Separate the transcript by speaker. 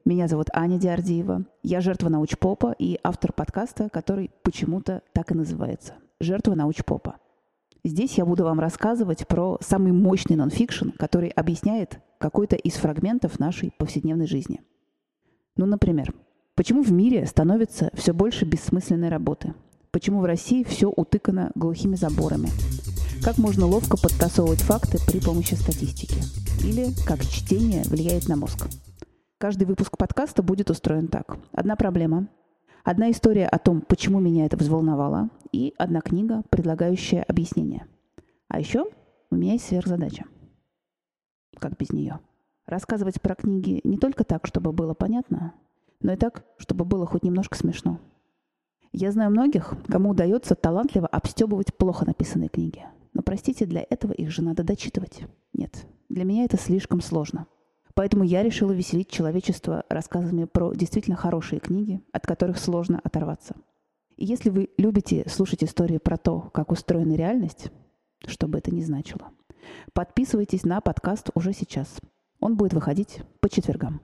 Speaker 1: Меня зовут Аня Диардиева. Я жертва научпопа и автор подкаста, который почему-то так и называется «Жертва научпопа». Здесь я буду вам рассказывать про самый мощный нонфикшн, который объясняет какой-то из фрагментов нашей повседневной жизни. Ну, например, почему в мире становится все больше бессмысленной работы? Почему в России все утыкано глухими заборами? Как можно ловко подтасовывать факты при помощи статистики? Или как чтение влияет на мозг? Каждый выпуск подкаста будет устроен так. Одна проблема, одна история о том, почему меня это взволновало, и одна книга, предлагающая объяснение. А еще у меня есть сверхзадача. Как без нее? Рассказывать про книги не только так, чтобы было понятно, но и так, чтобы было хоть немножко смешно. Я знаю многих, кому удается талантливо обстебывать плохо написанные книги. Но, простите, для этого их же надо дочитывать. Нет, для меня это слишком сложно. Поэтому я решила веселить человечество рассказами про действительно хорошие книги, от которых сложно оторваться. И если вы любите слушать истории про то, как устроена реальность, что бы это ни значило, подписывайтесь на подкаст уже сейчас. Он будет выходить по четвергам.